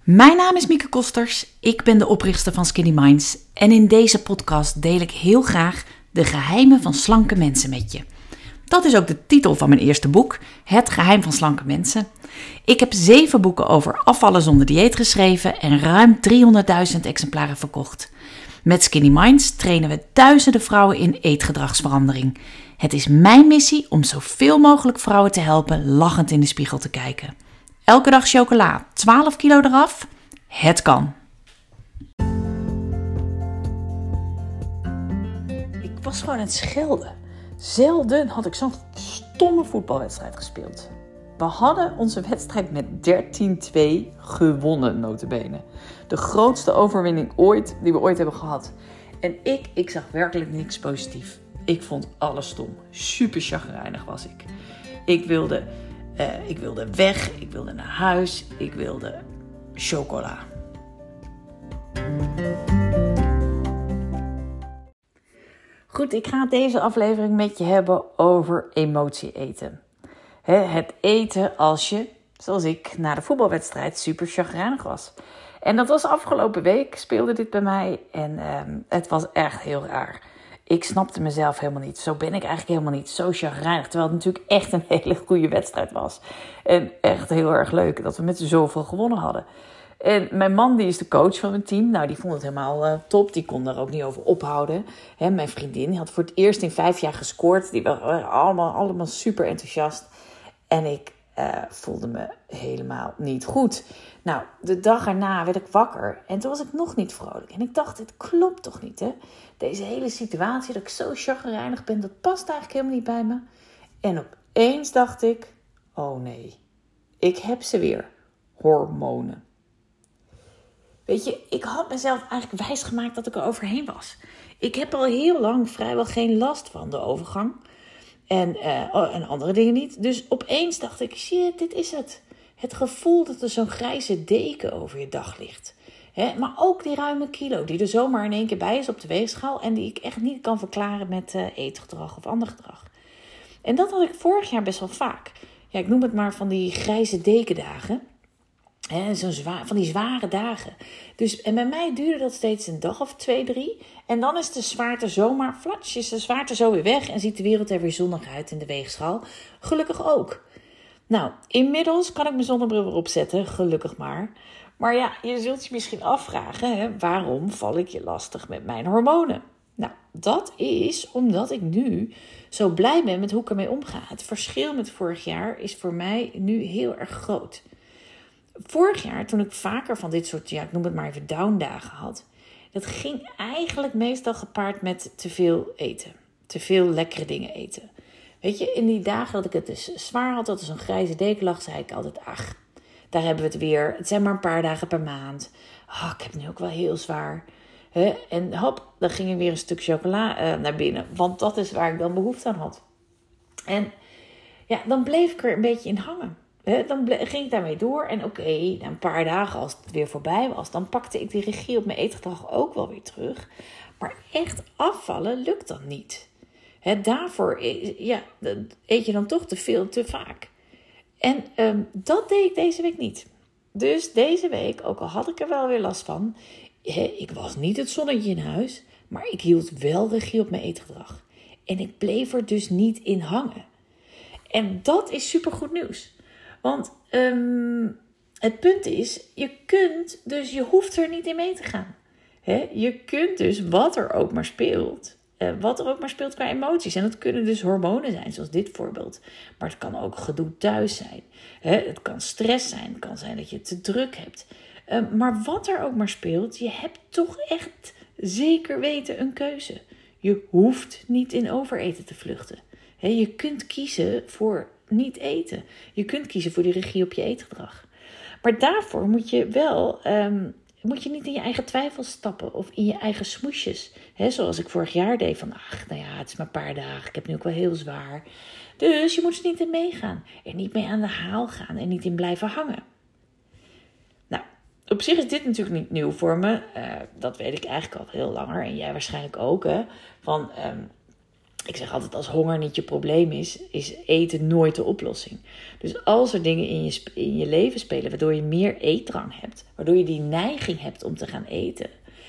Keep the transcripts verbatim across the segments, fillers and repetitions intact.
Mijn naam is Mieke Kosters, ik ben de oprichter van Skinny Minds en in deze podcast deel ik heel graag de geheimen van slanke mensen met je. Dat is ook de titel van mijn eerste boek, Het Geheim van Slanke Mensen. Ik heb zeven boeken over afvallen zonder dieet geschreven en ruim driehonderdduizend exemplaren verkocht. Met Skinny Minds trainen we duizenden vrouwen in eetgedragsverandering. Het is mijn missie om zoveel mogelijk vrouwen te helpen lachend in de spiegel te kijken. Elke dag chocola, twaalf kilo eraf. Het kan. Ik was gewoon aan het schelden. Zelden had ik zo'n stomme voetbalwedstrijd gespeeld. We hadden onze wedstrijd met dertien twee gewonnen, nota bene. De grootste overwinning ooit die we ooit hebben gehad. En ik, ik zag werkelijk niks positief. Ik vond alles stom. Super chagrijnig was ik. Ik wilde... Uh, ik wilde weg, ik wilde naar huis, ik wilde chocola. Goed, ik ga deze aflevering met je hebben over emotie eten. He, het eten als je, zoals ik, na de voetbalwedstrijd super chagrijnig was. En dat was afgelopen week, speelde dit bij mij en uh, het was echt heel raar. Ik snapte mezelf helemaal niet. Zo ben ik eigenlijk helemaal niet. Zo chagrijnig. Terwijl het natuurlijk echt een hele goede wedstrijd was. En echt heel erg leuk dat we met z'n zoveel gewonnen hadden. En mijn man, die is de coach van mijn team. Nou, die vond het helemaal uh, top. Die kon daar ook niet over ophouden. Hè, mijn vriendin die had voor het eerst in vijf jaar gescoord. Die waren allemaal, allemaal super enthousiast. En ik uh, voelde me helemaal niet goed. Nou, de dag erna werd ik wakker en toen was ik nog niet vrolijk. En ik dacht, dit klopt toch niet, hè? Deze hele situatie, dat ik zo chagrijnig ben, dat past eigenlijk helemaal niet bij me. En opeens dacht ik, oh nee, ik heb ze weer. Hormonen. Weet je, ik had mezelf eigenlijk wijsgemaakt dat ik er overheen was. Ik heb al heel lang vrijwel geen last van de overgang. En, uh, oh, en andere dingen niet. Dus opeens dacht ik, shit, dit is het. Het gevoel dat er zo'n grijze deken over je dag ligt. He, maar ook die ruime kilo die er zomaar in één keer bij is op de weegschaal. En die ik echt niet kan verklaren met uh, eetgedrag of ander gedrag. En dat had ik vorig jaar best wel vaak. Ja, ik noem het maar van die grijze dekendagen. He, zo'n zwaar, van die zware dagen. Dus, en bij mij duurde dat steeds een dag of twee, drie. En dan is de zwaarte zomaar, flats, is de zwaarte zo weer weg. En ziet de wereld er weer zonnig uit in de weegschaal. Gelukkig ook. Nou, inmiddels kan ik mijn zonnebril weer opzetten, gelukkig maar. Maar ja, je zult je misschien afvragen, hè, waarom val ik je lastig met mijn hormonen? Nou, dat is omdat ik nu zo blij ben met hoe ik ermee omga. Het verschil met vorig jaar is voor mij nu heel erg groot. Vorig jaar, toen ik vaker van dit soort, ja, ik noem het maar even downdagen had, dat ging eigenlijk meestal gepaard met te veel eten. Te veel lekkere dingen eten. Weet je, in die dagen dat ik het dus zwaar had, dat er zo'n grijze deken lag, zei ik altijd, ach, daar hebben we het weer. Het zijn maar een paar dagen per maand. Oh, ik heb het nu ook wel heel zwaar. He? En hop, dan ging er weer een stuk chocola uh, naar binnen. Want dat is waar ik dan behoefte aan had. En ja, dan bleef ik er een beetje in hangen. He? Dan ble- ging ik daarmee door. En oké, okay, na een paar dagen, als het weer voorbij was, dan pakte ik die regie op mijn eetgedrag ook wel weer terug. Maar echt afvallen lukt dan niet. He, daarvoor ja, eet je dan toch te veel, te vaak. En um, dat deed ik deze week niet. Dus deze week, ook al had ik er wel weer last van, he, ik was niet het zonnetje in huis, maar ik hield wel regie op mijn eetgedrag. En ik bleef er dus niet in hangen. En dat is supergoed nieuws. Want um, het punt is, je kunt, dus je hoeft er niet in mee te gaan. He, je kunt dus, wat er ook maar speelt, Uh, wat er ook maar speelt qua emoties. En dat kunnen dus hormonen zijn, zoals dit voorbeeld. Maar het kan ook gedoe thuis zijn. Hè? Het kan stress zijn. Het kan zijn dat je het te druk hebt. Uh, maar wat er ook maar speelt, je hebt toch echt zeker weten een keuze. Je hoeft niet in overeten te vluchten. Hè? Je kunt kiezen voor niet eten. Je kunt kiezen voor die regie op je eetgedrag. Maar daarvoor moet je wel... Um, moet je niet in je eigen twijfels stappen of in je eigen smoesjes. He, zoals ik vorig jaar deed van, ach, nou ja, het is maar een paar dagen. Ik heb nu ook wel heel zwaar. Dus je moet er niet in meegaan. Er niet mee aan de haal gaan en niet in blijven hangen. Nou, op zich is dit natuurlijk niet nieuw voor me. Uh, dat weet ik eigenlijk al heel langer. En jij waarschijnlijk ook. Hè? Van, um, ik zeg altijd, als honger niet je probleem is, is eten nooit de oplossing. Dus als er dingen in je, in je leven spelen waardoor je meer eetdrang hebt, waardoor je die neiging hebt om te gaan eten,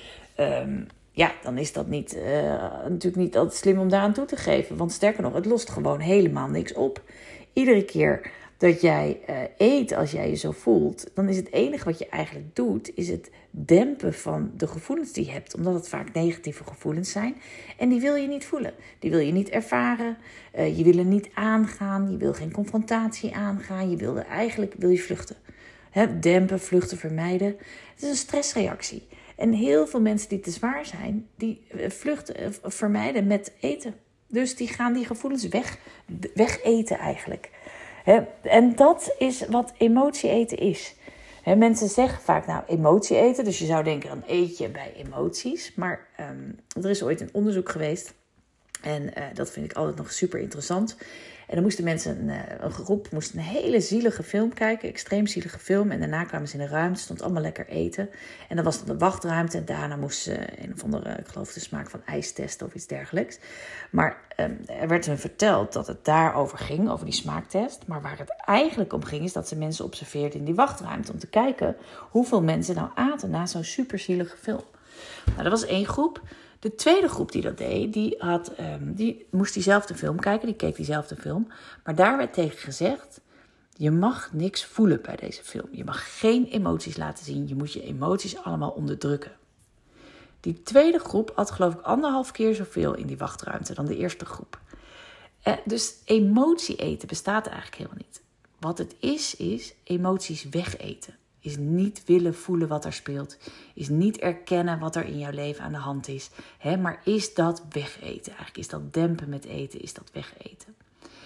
um, ja, dan is dat niet, uh, natuurlijk niet altijd slim om daaraan toe te geven. Want sterker nog, het lost gewoon helemaal niks op. Iedere keer dat jij uh, eet als jij je zo voelt, dan is het enige wat je eigenlijk doet, is het dempen van de gevoelens die je hebt. Omdat het vaak negatieve gevoelens zijn. En die wil je niet voelen. Die wil je niet ervaren. Uh, je wil er niet aangaan. Je wil geen confrontatie aangaan. Je wil er eigenlijk wil je vluchten. He, dempen, vluchten, vermijden. Het is een stressreactie. En heel veel mensen die te zwaar zijn, die vluchten, uh, vermijden met eten. Dus die gaan die gevoelens weg, wegeten eigenlijk. He, en dat is wat emotie eten is. He, mensen zeggen vaak, nou, emotie eten. Dus je zou denken, dan eet je bij emoties. Maar um, er is ooit een onderzoek geweest. En uh, dat vind ik altijd nog super interessant. En dan moesten mensen, een, een groep, moest een hele zielige film kijken. Extreem zielige film. En daarna kwamen ze in de ruimte, stond allemaal lekker eten. En dan was er de wachtruimte. En daarna moest ze een of andere, ik geloof de smaak van ijs testen of iets dergelijks. Maar um, er werd hun verteld dat het daarover ging, over die smaaktest. Maar waar het eigenlijk om ging, is dat ze mensen observeerden in die wachtruimte. Om te kijken hoeveel mensen nou aten na zo'n super zielige film. Nou, dat was één groep. De tweede groep die dat deed, die, had, um, die moest diezelfde film kijken. Die keek diezelfde film. Maar daar werd tegen gezegd, je mag niks voelen bij deze film. Je mag geen emoties laten zien. Je moet je emoties allemaal onderdrukken. Die tweede groep had geloof ik anderhalf keer zoveel in die wachtruimte dan de eerste groep. Eh, dus emotie eten bestaat eigenlijk helemaal niet. Wat het is, is emoties wegeten. Is niet willen voelen wat er speelt. Is niet erkennen wat er in jouw leven aan de hand is. Hè, maar is dat wegeten? Eigenlijk is dat dempen met eten, is dat wegeten.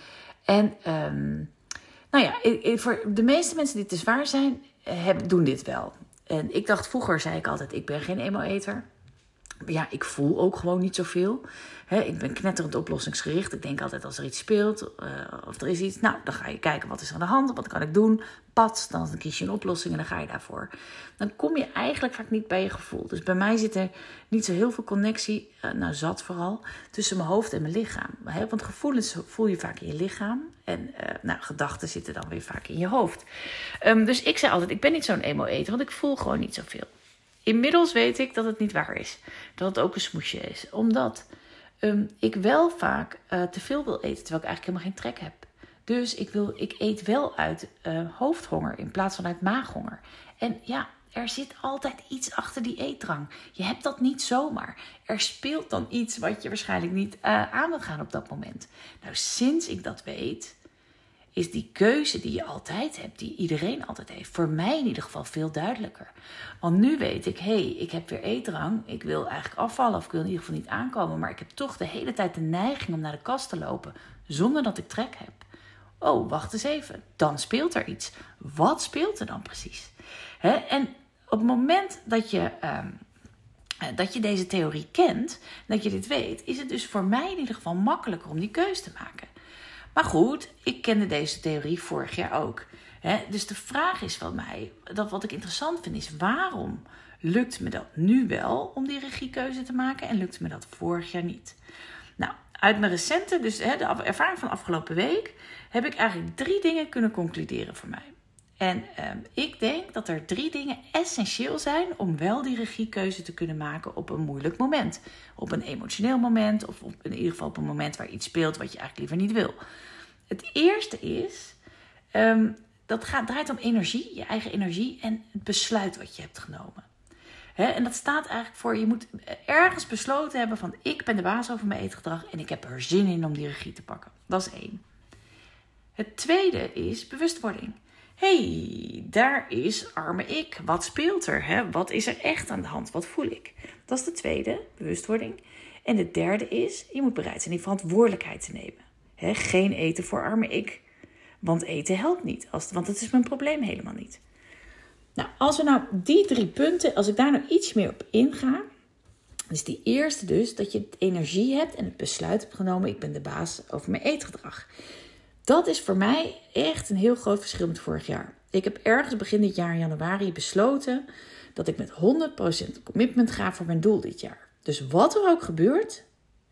En um, nou ja, voor de meeste mensen die te zwaar zijn, hebben, doen dit wel. En ik dacht vroeger, zei ik altijd, ik ben geen emo-eter. Ja, ik voel ook gewoon niet zoveel. He, ik ben knetterend oplossingsgericht. Ik denk altijd als er iets speelt uh, of er is iets, nou, dan ga je kijken wat is er aan de hand, wat kan ik doen. Pats, dan kies je een oplossing en dan ga je daarvoor. Dan kom je eigenlijk vaak niet bij je gevoel. Dus bij mij zit er niet zo heel veel connectie, uh, nou zat vooral, tussen mijn hoofd en mijn lichaam. He, want gevoelens voel je vaak in je lichaam. En uh, nou, gedachten zitten dan weer vaak in je hoofd. Um, dus ik zei altijd, ik ben niet zo'n emo-eter, want ik voel gewoon niet zoveel. Inmiddels weet ik dat het niet waar is. Dat het ook een smoesje is. Omdat um, ik wel vaak uh, te veel wil eten, terwijl ik eigenlijk helemaal geen trek heb. Dus ik, wil, ik eet wel uit uh, hoofdhonger in plaats van uit maaghonger. En ja, er zit altijd iets achter die eetdrang. Je hebt dat niet zomaar. Er speelt dan iets wat je waarschijnlijk niet uh, aan wil gaan op dat moment. Nou, sinds ik dat weet, is die keuze die je altijd hebt, die iedereen altijd heeft, voor mij in ieder geval veel duidelijker. Want nu weet ik, hé, hey, ik heb weer eetdrang, ik wil eigenlijk afvallen of ik wil in ieder geval niet aankomen, maar ik heb toch de hele tijd de neiging om naar de kast te lopen, zonder dat ik trek heb. Oh, wacht eens even, dan speelt er iets. Wat speelt er dan precies? He, en op het moment dat je, um, dat je deze theorie kent, dat je dit weet, is het dus voor mij in ieder geval makkelijker om die keuze te maken. Maar goed, ik kende deze theorie vorig jaar ook. He, dus de vraag is van mij, dat wat ik interessant vind is, waarom lukt me dat nu wel om die regiekeuze te maken en lukt me dat vorig jaar niet? Nou, uit mijn recente, dus he, de ervaring van afgelopen week, heb ik eigenlijk drie dingen kunnen concluderen voor mij. En uh, ik denk dat er drie dingen essentieel zijn om wel die regiekeuze te kunnen maken op een moeilijk moment. Op een emotioneel moment of op, in ieder geval op een moment waar iets speelt wat je eigenlijk liever niet wil. Het eerste is, um, dat gaat, draait om energie, je eigen energie en het besluit wat je hebt genomen. He, en dat staat eigenlijk voor, je moet ergens besloten hebben van ik ben de baas over mijn eetgedrag en ik heb er zin in om die regie te pakken. Dat is één. Het tweede is bewustwording. Hé, hey, daar is arme ik. Wat speelt er? Hè? Wat is er echt aan de hand? Wat voel ik? Dat is de tweede, bewustwording. En de derde is, je moet bereid zijn die verantwoordelijkheid te nemen. Hè? Geen eten voor arme ik. Want eten helpt niet. Als, want dat is mijn probleem helemaal niet. Nou, als we nou die drie punten, als ik daar nou iets meer op inga. Dus die eerste dus, dat je energie hebt en het besluit hebt genomen. Ik ben de baas over mijn eetgedrag. Dat is voor mij echt een heel groot verschil met vorig jaar. Ik heb ergens begin dit jaar in januari besloten dat ik met honderd procent commitment ga voor mijn doel dit jaar. Dus wat er ook gebeurt,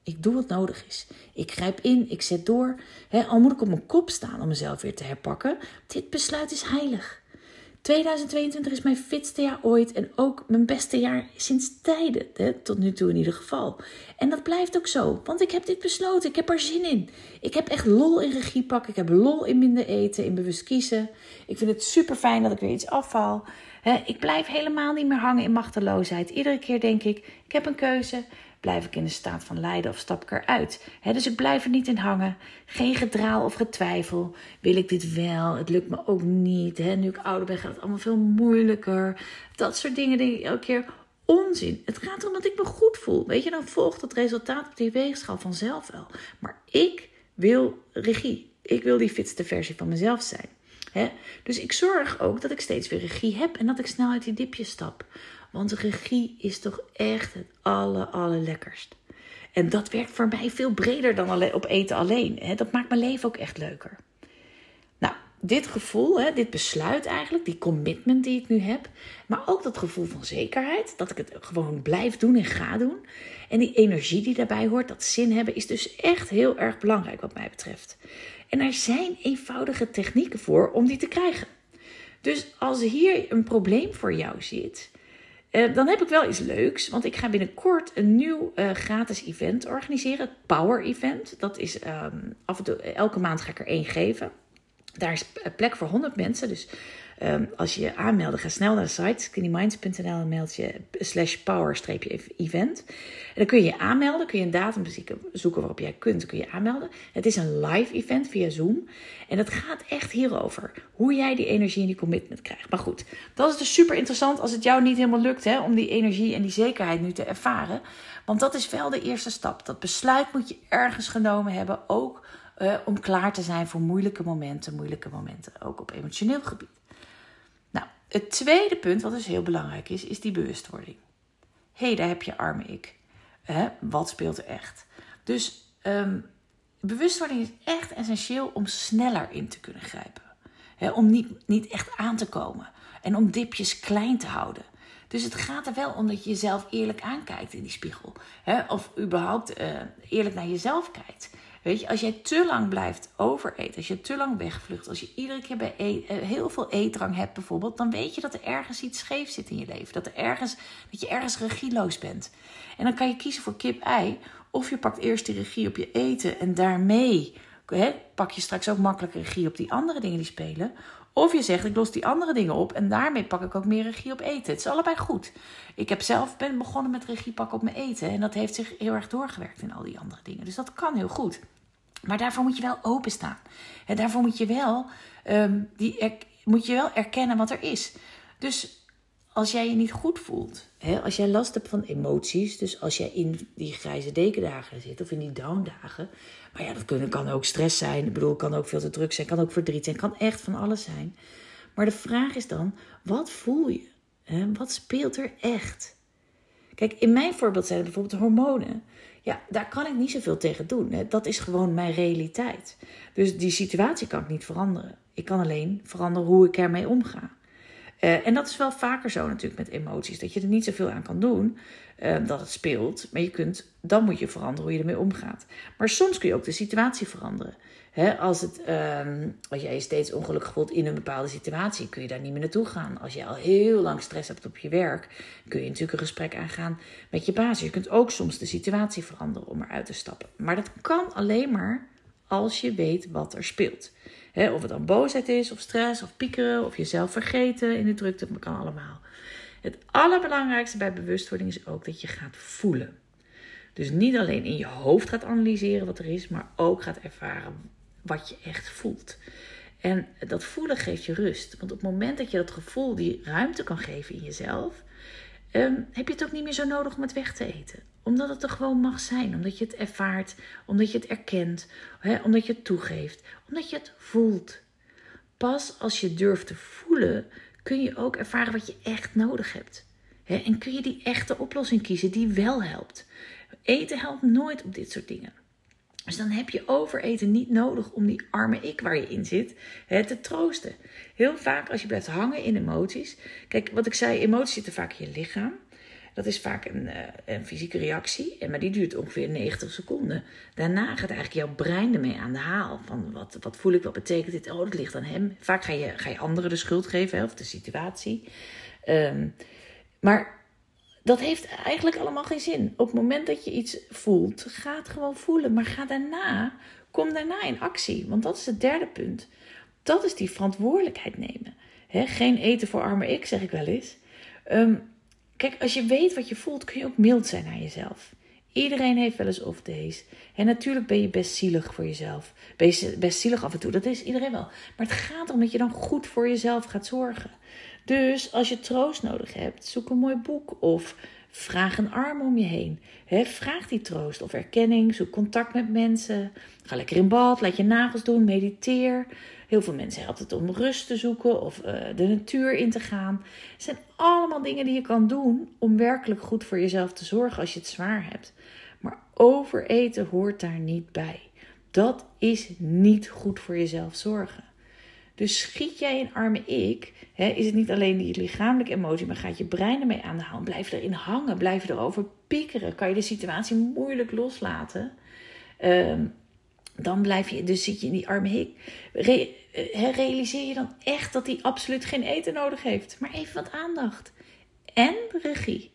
Ik doe wat nodig is. Ik grijp in, ik zet door. He, al moet ik op mijn kop staan om mezelf weer te herpakken. Dit besluit is heilig. tweeduizend tweeëntwintig is mijn fitste jaar ooit en ook mijn beste jaar sinds tijden. Hè? Tot nu toe in ieder geval. En dat blijft ook zo, want ik heb dit besloten. Ik heb er zin in. Ik heb echt lol in regie pakken. Ik heb lol in minder eten, in bewust kiezen. Ik vind het super fijn dat ik weer iets afval. Hè? Ik blijf helemaal niet meer hangen in machteloosheid. Iedere keer denk ik, ik heb een keuze. Blijf ik in een staat van lijden of stap ik eruit? He, dus ik blijf er niet in hangen. Geen gedraal of getwijfel. Wil ik dit wel? Het lukt me ook niet. He, nu ik ouder ben gaat het allemaal veel moeilijker. Dat soort dingen denk ik elke keer onzin. Het gaat erom dat ik me goed voel. Weet je, dan volgt het resultaat op die weegschaal vanzelf wel. Maar ik wil regie. Ik wil die fitste versie van mezelf zijn. He? Dus ik zorg ook dat ik steeds weer regie heb en dat ik snel uit die dipjes stap. Want regie is toch echt het aller, allerlekkerst. En dat werkt voor mij veel breder dan alleen op eten alleen. Hè? Dat maakt mijn leven ook echt leuker. Nou, dit gevoel, hè, dit besluit eigenlijk, die commitment die ik nu heb. Maar ook dat gevoel van zekerheid, dat ik het gewoon blijf doen en ga doen. En die energie die daarbij hoort, dat zin hebben, is dus echt heel erg belangrijk wat mij betreft. En er zijn eenvoudige technieken voor om die te krijgen. Dus als hier een probleem voor jou zit, Uh, dan heb ik wel iets leuks, want ik ga binnenkort een nieuw uh, gratis event organiseren. Het Power Event. Dat is um, af en toe, elke maand ga ik er één geven. Daar is plek voor honderd mensen. Dus um, als je je aanmeldt, ga snel naar de site skinny minds punt n l en meld je slash power event. En dan kun je je aanmelden. Kun je een datum zoeken waarop jij kunt. Dan kun je je aanmelden. Het is een live event via Zoom. En dat gaat echt hierover. Hoe jij die energie en die commitment krijgt. Maar goed, dat is dus super interessant als het jou niet helemaal lukt, hè, om die energie en die zekerheid nu te ervaren. Want dat is wel de eerste stap. Dat besluit moet je ergens genomen hebben. Ook Uh, om klaar te zijn voor moeilijke momenten, moeilijke momenten, ook op emotioneel gebied. Nou, het tweede punt, wat dus heel belangrijk is, is die bewustwording. Hé, hey, daar heb je arme ik. Uh, wat speelt er echt? Dus um, bewustwording is echt essentieel om sneller in te kunnen grijpen. He, om niet, niet echt aan te komen. En om dipjes klein te houden. Dus het gaat er wel om dat je jezelf eerlijk aankijkt in die spiegel. He, of überhaupt uh, eerlijk naar jezelf kijkt. Weet je, als jij te lang blijft overeten, als je te lang wegvlucht, als je iedere keer bij e- heel veel eetdrang hebt bijvoorbeeld, dan weet je dat er ergens iets scheef zit in je leven. Dat, er ergens, dat je ergens regieloos bent. En dan kan je kiezen voor kip-ei, of je pakt eerst die regie op je eten en daarmee hè, pak je straks ook makkelijk regie op die andere dingen die spelen. Of je zegt, ik los die andere dingen op en daarmee pak ik ook meer regie op eten. Het is allebei goed. Ik heb zelf ben begonnen met regie pakken op mijn eten en dat heeft zich heel erg doorgewerkt in al die andere dingen. Dus dat kan heel goed. Maar daarvoor moet je wel openstaan. En daarvoor moet je wel, um, die er, moet je wel erkennen wat er is. Dus als jij je niet goed voelt, hè, als jij last hebt van emoties, dus als jij in die grijze dekendagen zit of in die downdagen, maar ja, dat kunnen, kan ook stress zijn, ik bedoel, kan ook veel te druk zijn, kan ook verdriet zijn, kan echt van alles zijn. Maar de vraag is dan, wat voel je? Hè? Wat speelt er echt? Kijk, in mijn voorbeeld zijn het bijvoorbeeld hormonen. Ja, daar kan ik niet zoveel tegen doen. Hè. Dat is gewoon mijn realiteit. Dus die situatie kan ik niet veranderen. Ik kan alleen veranderen hoe ik ermee omga. Uh, en dat is wel vaker zo natuurlijk met emoties. Dat je er niet zoveel aan kan doen. Uh, dat het speelt. Maar je kunt, dan moet je veranderen hoe je ermee omgaat. Maar soms kun je ook de situatie veranderen. He, als, het, um, als jij je steeds ongelukkig voelt in een bepaalde situatie, kun je daar niet meer naartoe gaan. Als je al heel lang stress hebt op je werk, kun je natuurlijk een gesprek aangaan met je baas. Je kunt ook soms de situatie veranderen om eruit te stappen. Maar dat kan alleen maar als je weet wat er speelt. He, of het dan boosheid is, of stress, of piekeren, of jezelf vergeten in de drukte, dat kan allemaal. Het allerbelangrijkste bij bewustwording is ook dat je gaat voelen. Dus niet alleen in je hoofd gaat analyseren wat er is, maar ook gaat ervaren wat je echt voelt. En dat voelen geeft je rust. Want op het moment dat je dat gevoel die ruimte kan geven in jezelf, um, heb je het ook niet meer zo nodig om het weg te eten. Omdat het er gewoon mag zijn. Omdat je het ervaart. Omdat je het erkent. Hè, omdat je het toegeeft. Omdat je het voelt. Pas als je durft te voelen, kun je ook ervaren wat je echt nodig hebt. Hè, en kun je die echte oplossing kiezen die wel helpt. Eten helpt nooit op dit soort dingen. Dus dan heb je overeten niet nodig om die arme ik waar je in zit hè, te troosten. Heel vaak als je blijft hangen in emoties. Kijk, wat ik zei, emoties zitten vaak in je lichaam. Dat is vaak een, uh, een fysieke reactie, maar die duurt ongeveer negentig seconden. Daarna gaat eigenlijk jouw brein ermee aan de haal. Van wat, wat voel ik, wat betekent dit? Oh, dat ligt aan hem. Vaak ga je, ga je anderen de schuld geven, hè, of de situatie. Um, maar dat heeft eigenlijk allemaal geen zin. Op het moment dat je iets voelt, ga het gewoon voelen. Maar ga daarna, kom daarna in actie. Want dat is het derde punt. Dat is die verantwoordelijkheid nemen. He, geen eten voor arme ik, zeg ik wel eens. Um, kijk, als je weet wat je voelt, kun je ook mild zijn naar jezelf. Iedereen heeft wel eens off days. En natuurlijk ben je best zielig voor jezelf. Ben je best zielig af en toe, dat is iedereen wel. Maar het gaat erom dat je dan goed voor jezelf gaat zorgen. Dus als je troost nodig hebt, zoek een mooi boek of vraag een arm om je heen. He, vraag die troost of erkenning, zoek contact met mensen. Ga lekker in bad, laat je nagels doen, mediteer. Heel veel mensen helpt het om rust te zoeken of uh, de natuur in te gaan. Het zijn allemaal dingen die je kan doen om werkelijk goed voor jezelf te zorgen als je het zwaar hebt. Maar overeten hoort daar niet bij. Dat is niet goed voor jezelf zorgen. Dus schiet jij in arme ik, hè, is het niet alleen die lichamelijke emotie, maar gaat je brein ermee aan de haal. Blijf erin hangen, blijf erover piekeren. Kan je de situatie moeilijk loslaten. Um, dan blijf je, dus zit je in die arme ik. Re, he, realiseer je dan echt dat hij absoluut geen eten nodig heeft. Maar even wat aandacht. En regie.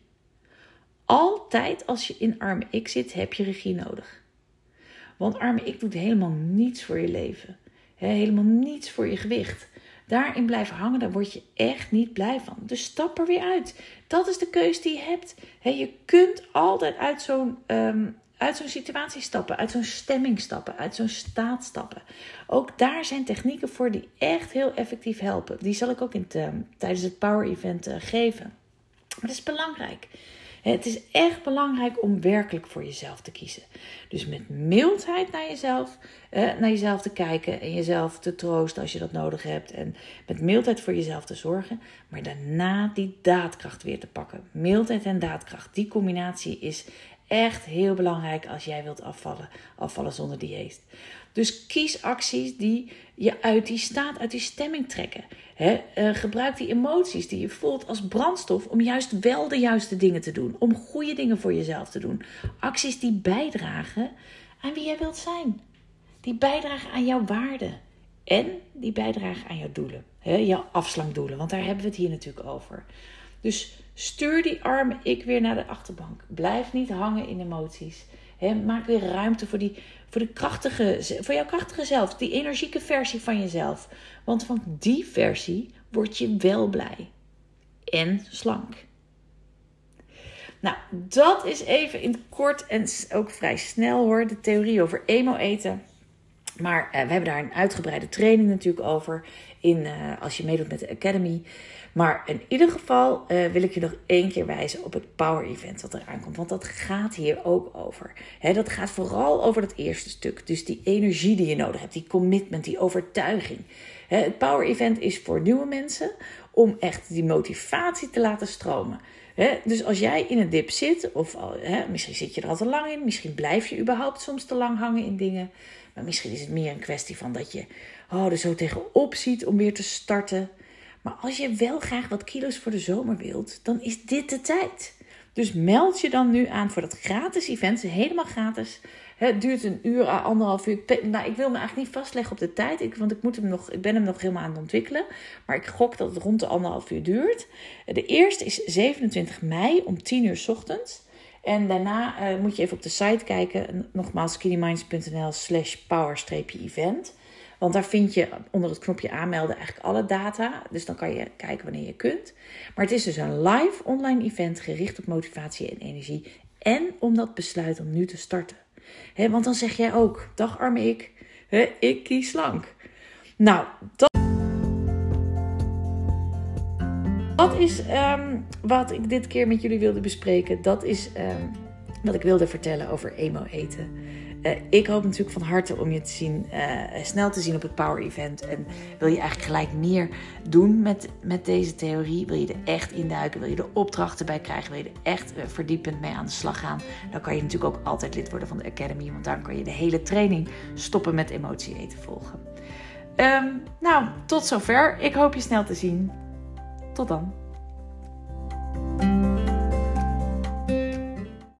Altijd als je in arme ik zit, heb je regie nodig. Want arme ik doet helemaal niets voor je leven. He, helemaal niets voor je gewicht. Daarin blijven hangen, daar word je echt niet blij van. Dus stap er weer uit. Dat is de keus die je hebt. He, je kunt altijd uit zo'n, um, uit zo'n situatie stappen. Uit zo'n stemming stappen. Uit zo'n staat stappen. Ook daar zijn technieken voor die echt heel effectief helpen. Die zal ik ook in het, um, tijdens het Power Event uh, geven. Maar dat is belangrijk. Het is echt belangrijk om werkelijk voor jezelf te kiezen. Dus met mildheid naar jezelf, eh, naar jezelf te kijken en jezelf te troosten als je dat nodig hebt. En met mildheid voor jezelf te zorgen, maar daarna die daadkracht weer te pakken. Mildheid en daadkracht, die combinatie is echt heel belangrijk als jij wilt afvallen. Afvallen zonder dieet. Dus kies acties die je uit die staat, uit die stemming trekken. He, uh, gebruik die emoties die je voelt als brandstof om juist wel de juiste dingen te doen. Om goede dingen voor jezelf te doen. Acties die bijdragen aan wie jij wilt zijn. Die bijdragen aan jouw waarde. En die bijdragen aan jouw doelen. He, jouw afslankdoelen, want daar hebben we het hier natuurlijk over. Dus stuur die arme ik weer naar de achterbank. Blijf niet hangen in emoties. He, maak weer ruimte voor, die, voor, de krachtige, voor jouw krachtige zelf. Die energieke versie van jezelf. Want van die versie word je wel blij. En slank. Nou, dat is even in het kort en ook vrij snel hoor. De theorie over emo eten. Maar uh, we hebben daar een uitgebreide training natuurlijk over. In, uh, als je meedoet met de Academy. Maar in ieder geval uh, wil ik je nog één keer wijzen op het Power Event wat er aankomt. Want dat gaat hier ook over. He, dat gaat vooral over dat eerste stuk. Dus die energie die je nodig hebt. Die commitment, die overtuiging. He, het Power Event is voor nieuwe mensen. Om echt die motivatie te laten stromen. He, dus als jij in een dip zit. Of he, misschien zit je er al te lang in. Misschien blijf je überhaupt soms te lang hangen in dingen. Maar misschien is het meer een kwestie van dat je oh, er zo tegenop ziet om weer te starten. Maar als je wel graag wat kilo's voor de zomer wilt, dan is dit de tijd. Dus meld je dan nu aan voor dat gratis event. Helemaal gratis. Het duurt een uur à anderhalf uur. Nou, ik wil me eigenlijk niet vastleggen op de tijd. Ik, want ik, moet hem nog, ik ben hem nog helemaal aan het ontwikkelen. Maar ik gok dat het rond de anderhalf uur duurt. De eerste is zevenentwintig mei om tien uur 's ochtends. En daarna uh, moet je even op de site kijken. Nogmaals, skinnyminds.nl slash power-event. Want daar vind je onder het knopje aanmelden eigenlijk alle data. Dus dan kan je kijken wanneer je kunt. Maar het is dus een live online event gericht op motivatie en energie. En om dat besluit om nu te starten. He, want dan zeg jij ook, dag arme ik, he, ik kies slank. Nou, dat, dat is um, wat ik dit keer met jullie wilde bespreken. Dat is um, wat ik wilde vertellen over emo eten. Uh, ik hoop natuurlijk van harte om je te zien, uh, snel te zien op het Power Event. En wil je eigenlijk gelijk meer doen met, met deze theorie? Wil je er echt induiken? Wil je er opdrachten bij krijgen? Wil je er echt uh, verdiepend mee aan de slag gaan? Dan kan je natuurlijk ook altijd lid worden van de Academy. Want daar kan je de hele training stoppen met emotie eten volgen. Um, nou, tot zover. Ik hoop je snel te zien. Tot dan.